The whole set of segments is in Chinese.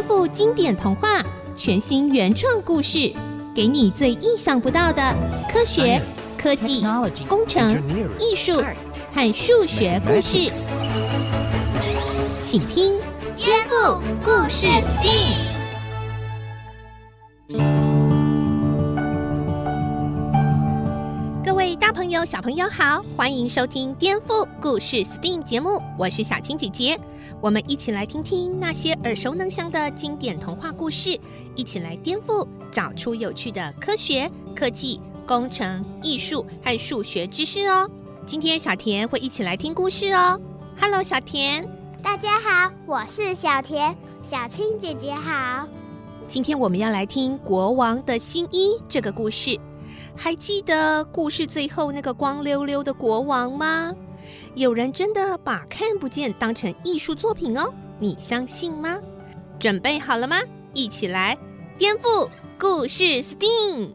颠覆经典童话，全新原创故事，给你最意想不到的科学、科技、工程、艺术和数学故事。请听《颠覆故事 STEAM》。各位大朋友、小朋友好，欢迎收听《颠覆故事 STEAM》节目，我是小青姐姐。我们一起来听听那些耳熟能详的经典童话故事，一起来颠覆，找出有趣的科学、科技、工程、艺术和数学知识哦。今天小田会一起来听故事哦。Hello， 小田。 大家好，我是小田。小青姐姐好。 今天我们要来听《国王的新衣》这个故事。还记得故事最后那个光溜溜的国王吗？有人真的把看不见当成艺术作品哦，你相信吗？准备好了吗？一起来颠覆故事 STEAM。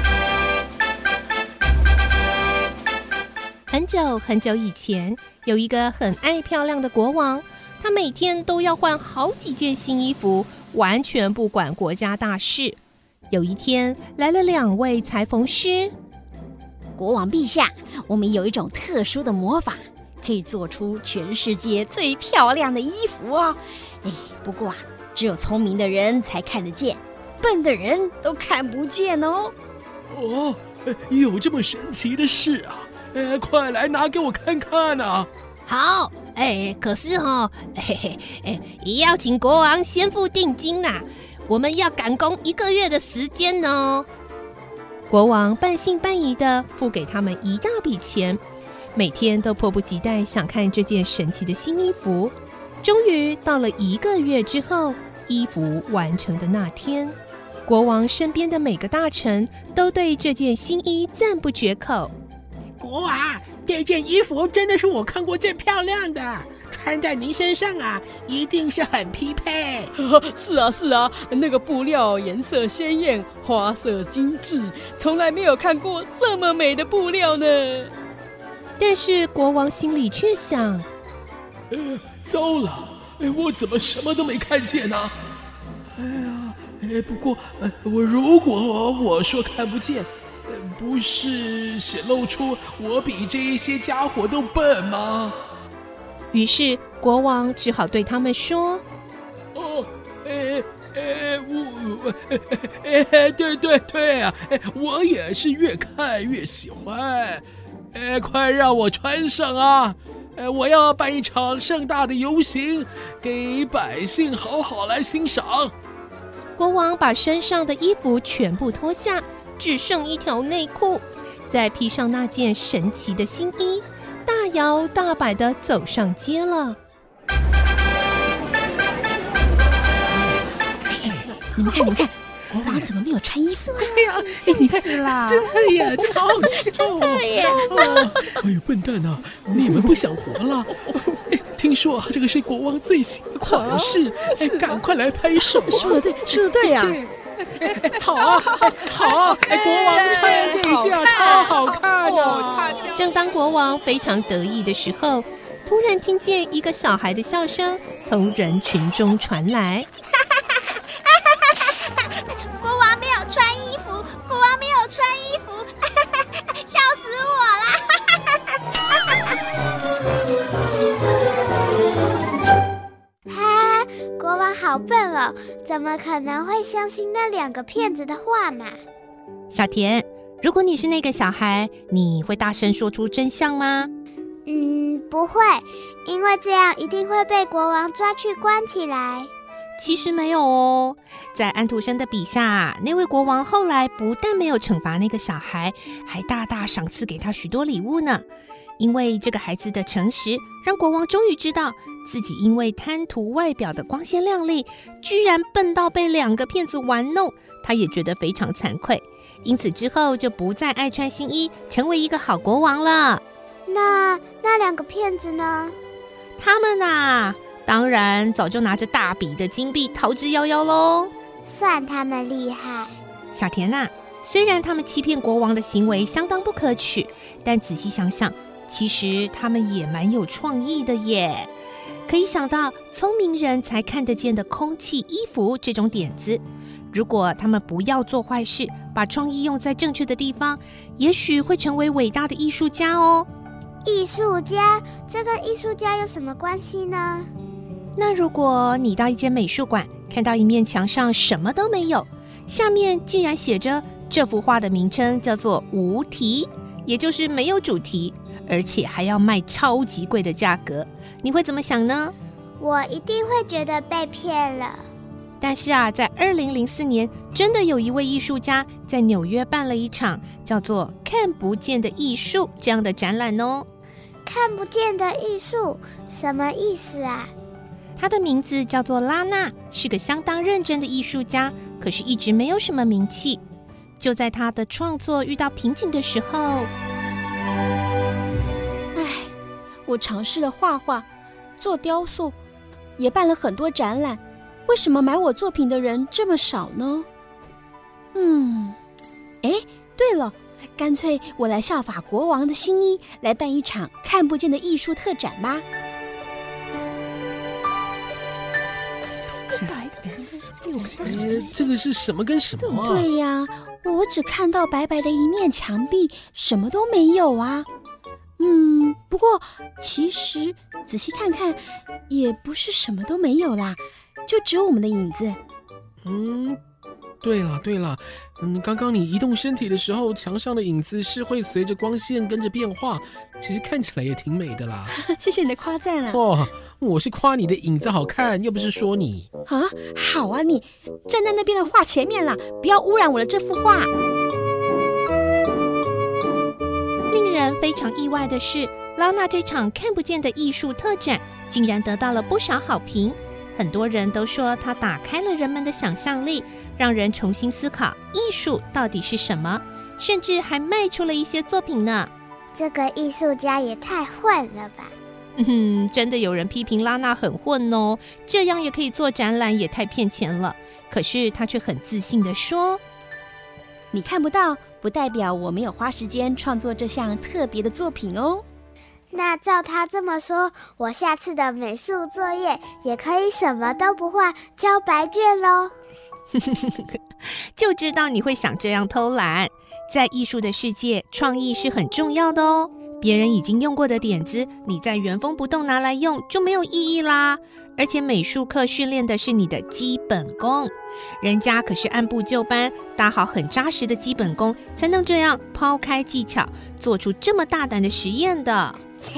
很久很久以前，有一个很爱漂亮的国王，他每天都要换好几件新衣服，完全不管国家大事。有一天来了2位裁缝师。 国王陛下，我们有一种特殊的魔法，可以做出全世界最漂亮的衣服哦。不过只有聪明的人才看得见，笨的人都看不见哦。 哦，有这么神奇的事啊？快来拿给我看看啊！ 好，可是也要请国王先付定金啦，我们要赶工1个月的时间哦。国王半信半疑地付给他们一大笔钱，每天都迫不及待想看这件神奇的新衣服。终于到了1个月之后，衣服完成的那天，国王身边的每个大臣都对这件新衣赞不绝口。 国王，这件衣服真的是我看过最漂亮的，穿在您身上啊，一定是很匹配。 是啊，那个布料颜色鲜艳，花色精致，从来没有看过这么美的布料呢。 但是国王心里却想， 糟了，我怎么什么都没看见呢？不过如果我说看不见，不是显露出我比这些家伙都笨吗？ 于是国王只好对他们说： 对啊，我也是越看越喜欢，快让我穿上啊！我要办一场盛大的游行，给百姓好好来欣赏。 国王把身上的衣服全部脱下，只剩一条内裤，再披上那件神奇的新衣，大摇大摆地走上街了。 你们看，国王怎么没有穿衣服？ 对呀，你看啦，真的耶，这好好笑哦！ 哎呦，笨蛋啊，你们不想活了？听说这个是国王最新的款式，赶快来拍手啊！ 说的对呀！ 好啊，国王穿这一件超好看哦！ 正当国王非常得意的时候，突然听见一个小孩的笑声从人群中传来。 国王没有穿衣服，国王没有穿衣服，笑死我了！哈，国王好笨哦，怎么可能会相信那2个骗子的话嘛？ 小田，如果你是那个小孩，你会大声说出真相吗？ 不会，因为这样一定会被国王抓去关起来。 其实没有哦，在安徒生的笔下，那位国王后来不但没有惩罚那个小孩，还大大赏赐给他许多礼物呢。因为这个孩子的诚实，让国王终于知道自己因为贪图外表的光鲜亮丽，居然笨到被2个骗子玩弄，他也觉得非常惭愧，因此之后就不再爱穿新衣，成为一个好国王了。 那2个骗子呢？ 他们啊，当然早就拿着大笔的金币逃之夭夭喽。 算他们厉害。 小田啊，虽然他们欺骗国王的行为相当不可取，但仔细想想，其实他们也蛮有创意的耶。 可以想到聪明人才看得见的空气、衣服这种点子。如果他们不要做坏事，把创意用在正确的地方，也许会成为伟大的艺术家哦。 艺术家，这跟艺术家有什么关系呢？ 那如果你到一间美术馆，看到一面墙上什么都没有，下面竟然写着这幅画的名称叫做无题，也就是没有主题，而且还要卖超级贵的价格，你会怎么想呢？ 我一定会觉得被骗了。 但是啊，在2004年，真的有一位艺术家在纽约办了一场叫做“看不见的艺术”这样的展览哦。 看不见的艺术，什么意思啊？ 他的名字叫做拉娜，是个相当认真的艺术家，可是一直没有什么名气。就在他的创作遇到瓶颈的时候， 我尝试了画画、做雕塑，也办了很多展览，为什么买我作品的人这么少呢？对了，干脆我来效法国王的新衣，来办一场看不见的艺术特展吧。 这个是什么跟什么啊？ 对呀，我只看到白白的一面墙壁，什么都没有啊。不过其实仔细看看，也不是什么都没有啦，就只有我们的影子。 对了，刚刚你移动身体的时候，墙上的影子是会随着光线跟着变化，其实看起来也挺美的啦。 谢谢你的夸赞啦。 我是夸你的影子好看，又不是说你。 好啊，你站在那边的画前面啦，不要污染我的这幅画。 令人非常意外的是，拉娜这场看不见的艺术特展竟然得到了不少好评。很多人都说它打开了人们的想象力，让人重新思考艺术到底是什么，甚至还卖出了一些作品呢。 这个艺术家也太混了吧！ 真的有人批评拉娜很混哦，这样也可以做展览，也太骗钱了。可是他却很自信地说：“ 你看不到，不代表我没有花时间创作这项特别的作品哦。” 那照他这么说，我下次的美术作业也可以什么都不画，交白卷咯。 就知道你会想这样偷懒。在艺术的世界，创意是很重要的哦。别人已经用过的点子，你再原封不动拿来用就没有意义啦。而且美术课训练的是你的基本功，人家可是按部就班打好很扎实的基本功，才能这样抛开技巧，做出这么大胆的实验的。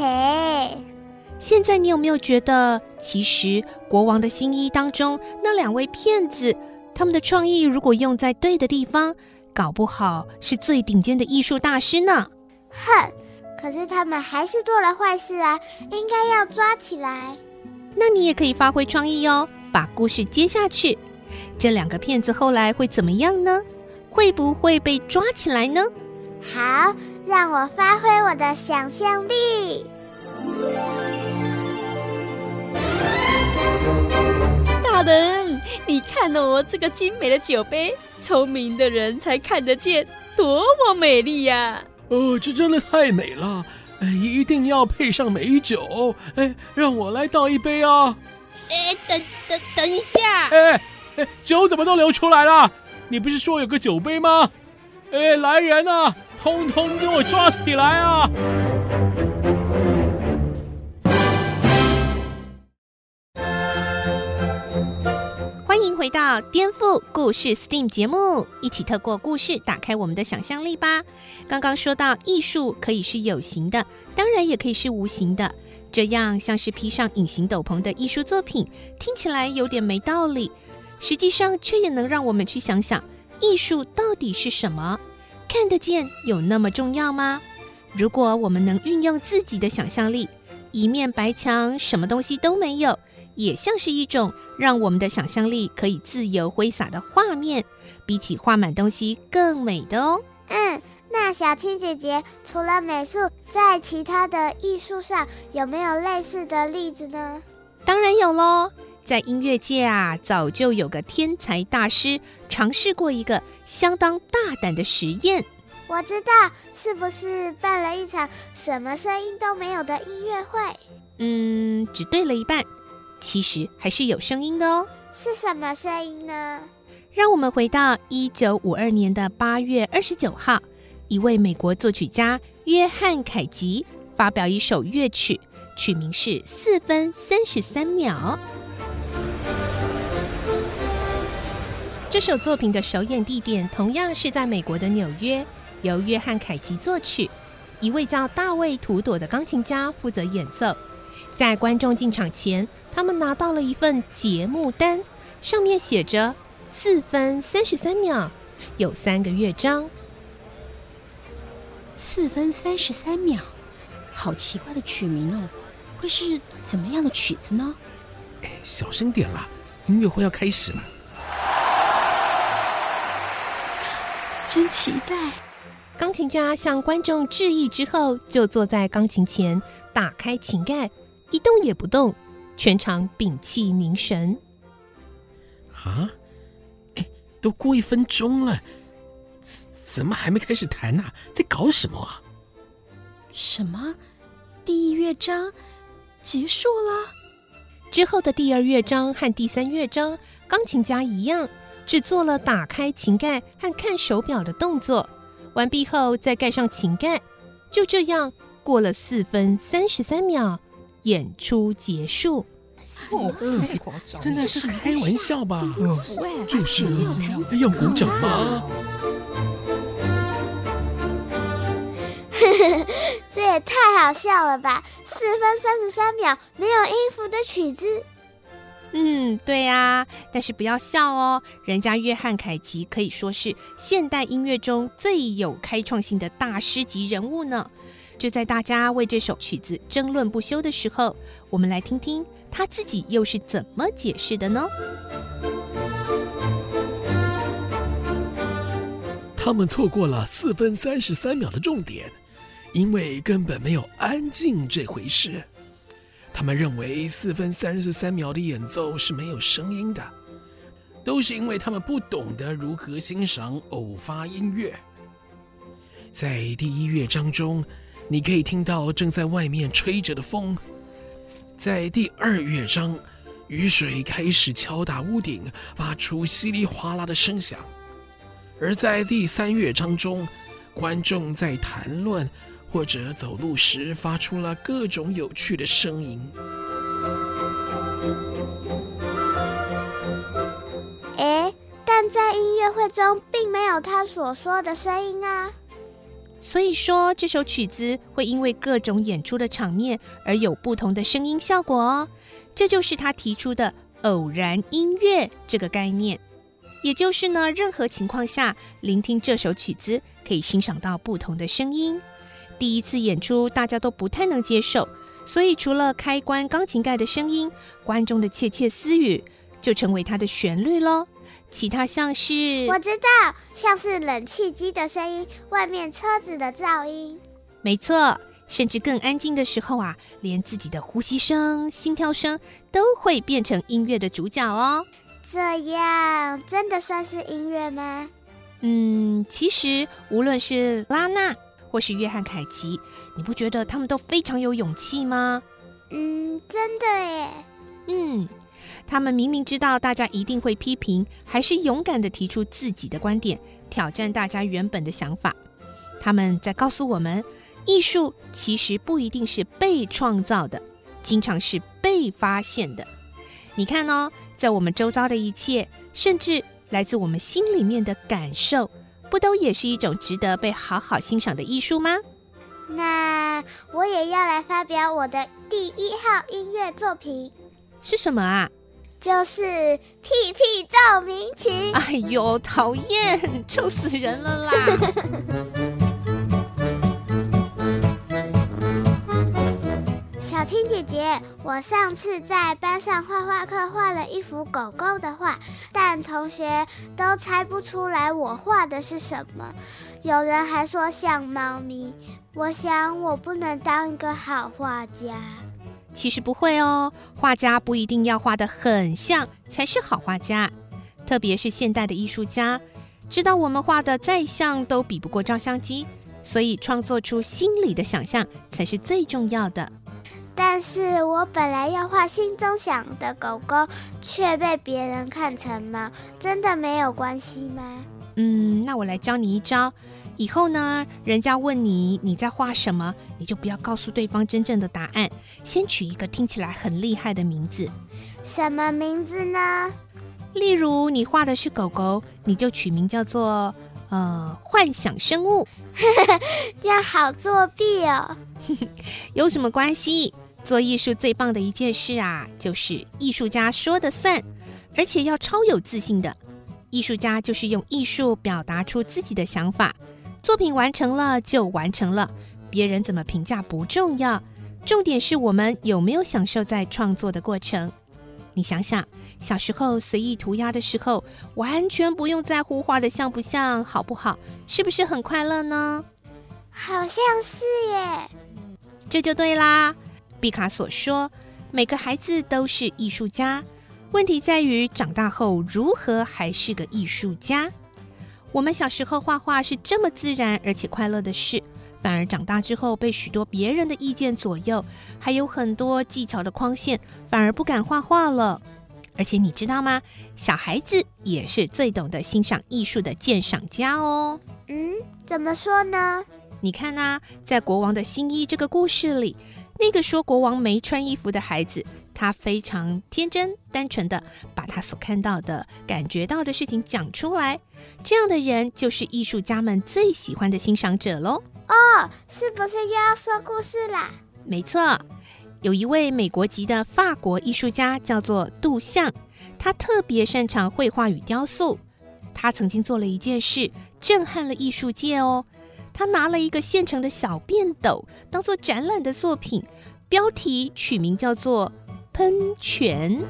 现在你有没有觉得，其实国王的新衣当中那2位骗子，他们的创意如果用在对的地方，搞不好是最顶尖的艺术大师呢？ 可是他们还是做了坏事啊，应该要抓起来。 那你也可以发挥创意哦，把故事接下去。这2个骗子后来会怎么样呢？会不会被抓起来呢？ 好，让我发挥我的想象力。 大人，你看哦，这个精美的酒杯，聪明的人才看得见，多么美丽呀！ 这真的太美了，一定要配上美酒。让我来倒一杯啊！ 等一下！ 酒怎么都流出来了？你不是说有个酒杯吗？来人啊，通通给我抓起来啊！ 欢迎回到颠覆故事 STEAM 节目，一起透过故事打开我们的想象力吧。刚刚说到艺术可以是有形的，当然也可以是无形的，这样像是披上隐形斗篷的艺术作品，听起来有点没道理，实际上却也能让我们去想想，艺术到底是什么？看得见有那么重要吗？如果我们能运用自己的想象力，一面白墙什么东西都没有，也像是一种让我们的想象力可以自由挥洒的画面，比起画满东西更美的哦。 那小青姐姐，除了美术，在其他的艺术上有没有类似的例子呢？ 当然有咯，在音乐界啊，早就有个天才大师尝试过一个相当大胆的实验。 我知道，是不是办了一场什么声音都没有的音乐会？ 只对了一半。 其实还是有声音的哦。 是什么声音呢？ 让我们回到1952年的8月29号，一位美国作曲家约翰凯吉发表一首乐曲，曲名是4分33秒。这首作品的首演地点同样是在美国的纽约，由约翰凯吉作曲，一位叫大卫图朵的钢琴家负责演奏。在观众进场前，他们拿到了一份节目单，上面写着4分33秒，有3个乐章。 4分33秒，好奇怪的曲名哦，会是怎么样的曲子呢？ 小声点啦，音乐会要开始了。 真期待！ 钢琴家向观众致意之后，就坐在钢琴前，打开琴盖，一动也不动，全场屏气凝神。 啊，都过1分钟了，怎么还没开始弹啊？在搞什么啊？ 什么？第1乐章结束了？ 之后的第2乐章和第3乐章，钢琴家一样，只做了打开琴盖和看手表的动作。完毕后再盖上琴盖，就这样过了4分33秒，演出结束。 真的是开玩笑吧？就是要鼓掌吗？ 这也太好笑了吧！4分33秒没有音符的曲子。 对啊，但是不要笑哦，人家约翰凯吉可以说是现代音乐中最有开创性的大师级人物呢。就在大家为这首曲子争论不休的时候，我们来听听他自己又是怎么解释的呢？ 他们错过了4分33秒的重点，因为根本没有安静这回事。他们认为4分33秒的演奏是没有声音的，都是因为他们不懂得如何欣赏偶发音乐。在第1乐章中，你可以听到正在外面吹着的风；在第2乐章，雨水开始敲打屋顶，发出稀里哗啦的声响；而在第3乐章中，观众在谈论或者走路时发出了各种有趣的声音。 但在音乐会中并没有他所说的声音啊。 所以说这首曲子会因为各种演出的场面而有不同的声音效果哦。这就是他提出的偶然音乐这个概念。也就是呢，任何情况下聆听这首曲子可以欣赏到不同的声音。第一次演出大家都不太能接受，所以除了开关钢琴盖的声音，观众的窃窃私语就成为它的旋律咯。其他像是我知道，像是冷气机的声音，外面车子的噪音。 没错，甚至更安静的时候啊，连自己的呼吸声、心跳声都会变成音乐的主角哦。 这样真的算是音乐吗？ 其实无论是拉娜或是约翰凯吉，你不觉得他们都非常有勇气吗？ 真的耶。 他们明明知道大家一定会批评，还是勇敢地提出自己的观点，挑战大家原本的想法。他们在告诉我们，艺术其实不一定是被创造的，经常是被发现的。你看哦，在我们周遭的一切，甚至来自我们心里面的感受，不都也是一种值得被好好欣赏的艺术吗？ 那我也要来发表我的第1号音乐作品。 是什么啊？ 就是屁屁奏鸣曲。 哎呦，讨厌，臭死人了啦！ 小青姐姐，我上次在班上画画课画了一幅狗狗的画，但同学都猜不出来我画的是什么，有人还说像猫咪。我想我不能当一个好画家。 其实不会哦，画家不一定要画得很像才是好画家，特别是现代的艺术家，知道我们画的再像都比不过照相机，所以创作出心里的想象才是最重要的。 但是我本来要画心中想的狗狗，却被别人看成猫，真的没有关系吗？ 那我来教你一招。以后呢，人家问你在画什么，你就不要告诉对方真正的答案，先取一个听起来很厉害的名字。 什么名字呢？ 例如你画的是狗狗，你就取名叫做幻想生物。 这样好作弊哦。 有什么关系？做艺术最棒的一件事啊，就是艺术家说的算，而且要超有自信的。艺术家就是用艺术表达出自己的想法，作品完成了就完成了，别人怎么评价不重要，重点是我们有没有享受在创作的过程。你想想，小时候随意涂鸦的时候，完全不用在乎画的像不像、好不好，是不是很快乐呢？ 好像是耶。 这就对啦。毕卡索说，每个孩子都是艺术家，问题在于长大后如何还是个艺术家。我们小时候画画是这么自然而且快乐的事，反而长大之后被许多别人的意见左右，还有很多技巧的框限，反而不敢画画了。而且你知道吗？小孩子也是最懂得欣赏艺术的鉴赏家哦。 怎么说呢？ 你看啊，在国王的新衣这个故事里，那个说国王没穿衣服的孩子，他非常天真单纯的把他所看到的感觉到的事情讲出来，这样的人就是艺术家们最喜欢的欣赏者咯。 是不是又要说故事啦？ 没错，有一位美国籍的法国艺术家叫做杜象，他特别擅长绘画与雕塑。他曾经做了一件事震撼了艺术界哦，他拿了一个现成的小便斗当做展览的作品，标题取名叫做喷泉。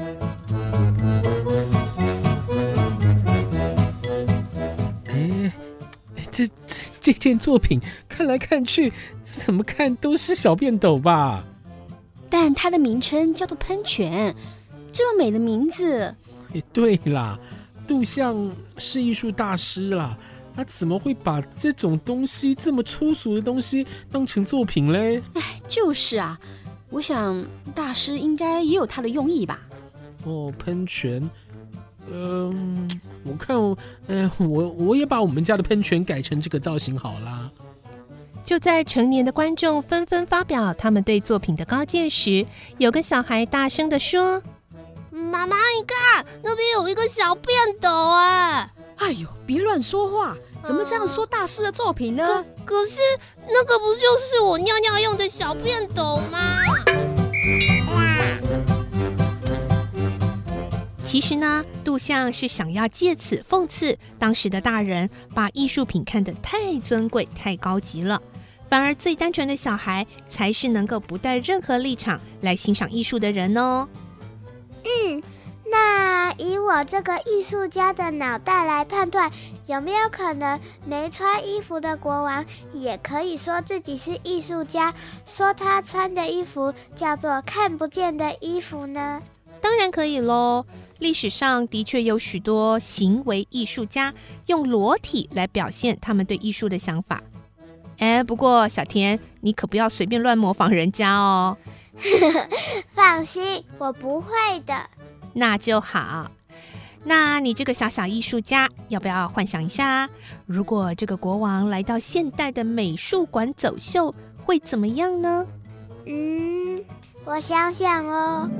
这件作品看来看去怎么看都是小便斗吧， 但它的名称叫做喷泉，这么美的名字。 对啦，杜象是艺术大师啦，他怎么会把这种东西这么粗俗的东西当成作品嘞？ 就是啊，我想大师应该也有他的用意吧。 喷泉，我看我也把我们家的喷泉改成这个造型好啦。 就在成年的观众纷纷发表他们对作品的高见时，有个小孩大声地说：妈妈，你看那边有一个小便斗啊！ 哎呦，别乱说话，怎么这样说大师的作品呢？ 可是那个不就是我尿尿用的小便斗吗？其实呢，杜象是想要借此讽刺当时的大人把艺术品看得太尊贵、太高级了，反而最单纯的小孩才是能够不带任何立场来欣赏艺术的人哦。 那以我这个艺术家的脑袋来判断，有没有可能没穿衣服的国王也可以说自己是艺术家，说他穿的衣服叫做看不见的衣服呢？ 当然可以咯，历史上的确有许多行为艺术家用裸体来表现他们对艺术的想法。不过小田，你可不要随便乱模仿人家哦。 放心，我不会的。 那就好。那你这个小小艺术家，要不要幻想一下，如果这个国王来到现代的美术馆走秀，会怎么样呢？ 我想想哦。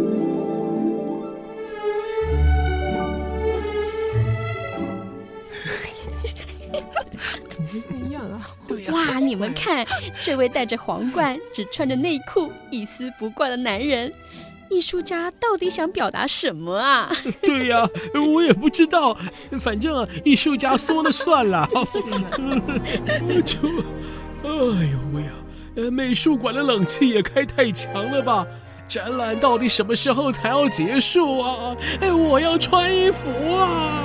怎么会那样啊？ 哇，你们看，这位戴着皇冠、只穿着内裤、一丝不挂的男人，艺术家到底想表达什么啊？ 对呀，我也不知道，反正艺术家说了算啦。哎呦喂呀，美术馆的冷气也开太强了吧？展览到底什么时候才要结束啊？我要穿衣服啊！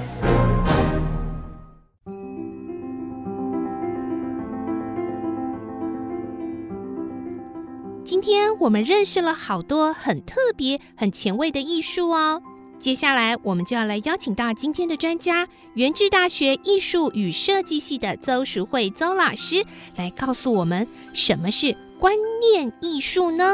今天我们认识了好多很特别、很前卫的艺术哦。接下来我们就要来邀请到今天的专家，元智大学艺术与设计系的邹淑慧邹老师，来告诉我们什么是观念艺术呢？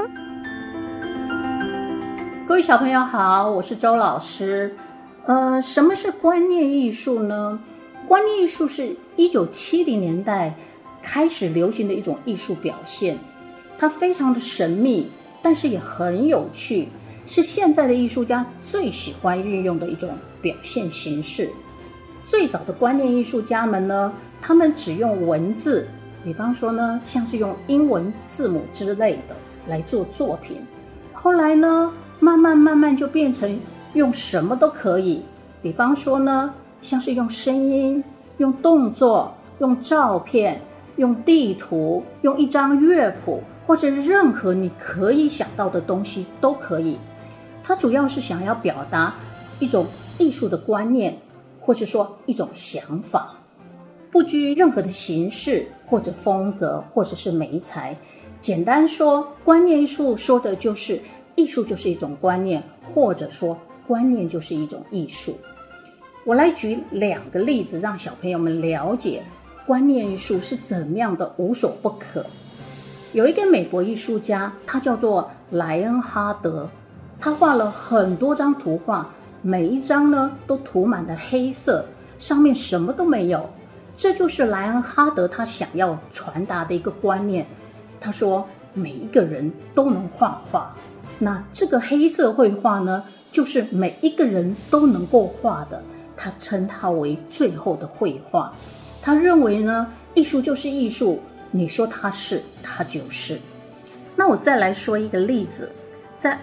各位小朋友好，我是周老师。什么是观念艺术呢？观念艺术是1970年代开始流行的一种艺术表现，它非常的神秘，但是也很有趣，是现在的艺术家最喜欢运用的一种表现形式。最早的观念艺术家们呢，他们只用文字，比方说呢，像是用英文字母之类的来做作品。后来呢，慢慢就变成用什么都可以，比方说呢，像是用声音、用动作、用照片、用地图、用一张乐谱，或者任何你可以想到的东西都可以。它主要是想要表达一种艺术的观念，或者说一种想法，不拘任何的形式或者风格或者是媒材。简单说，观念艺术说的就是艺术就是一种观念，或者说观念就是一种艺术。我来举2个例子，让小朋友们了解观念艺术是怎么样的无所不可。有一个美国艺术家，他叫做莱恩哈德，他画了很多张图画，每一张呢都涂满了黑色，上面什么都没有。这就是莱恩哈德他想要传达的一个观念。他说每一个人都能画画，那这个黑色绘画呢，就是每一个人都能够画的，他称它为最后的绘画。他认为呢，艺术就是艺术，你说它是，它就是。那我再来说一个例子，在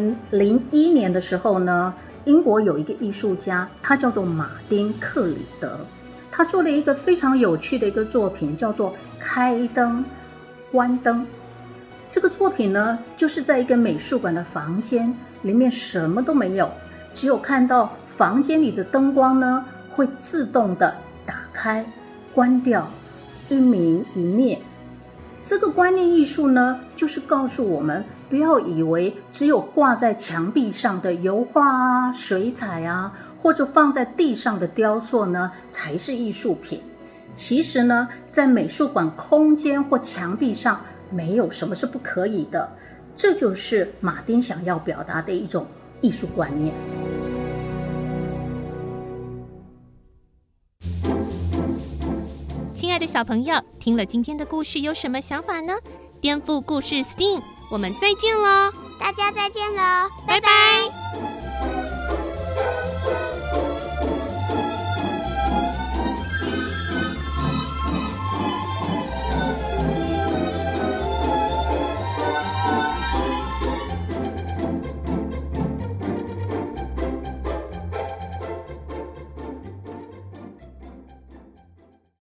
2001年的时候呢，英国有一个艺术家，他叫做马丁·克里德，他做了一个非常有趣的一个作品，叫做开灯关灯。这个作品呢，就是在一个美术馆的房间里面什么都没有，只有看到房间里的灯光呢会自动的打开关掉，一明一灭。这个观念艺术呢，就是告诉我们不要以为只有挂在墙壁上的油画啊、水彩啊，或者放在地上的雕塑呢才是艺术品。其实呢，在美术馆空间或墙壁上没有什么是不可以的，这就是马丁想要表达的一种艺术观念。 亲爱的小朋友，听了今天的故事有什么想法呢？颠覆故事 STEAM， 我们再见喽！ 大家再见喽，拜拜。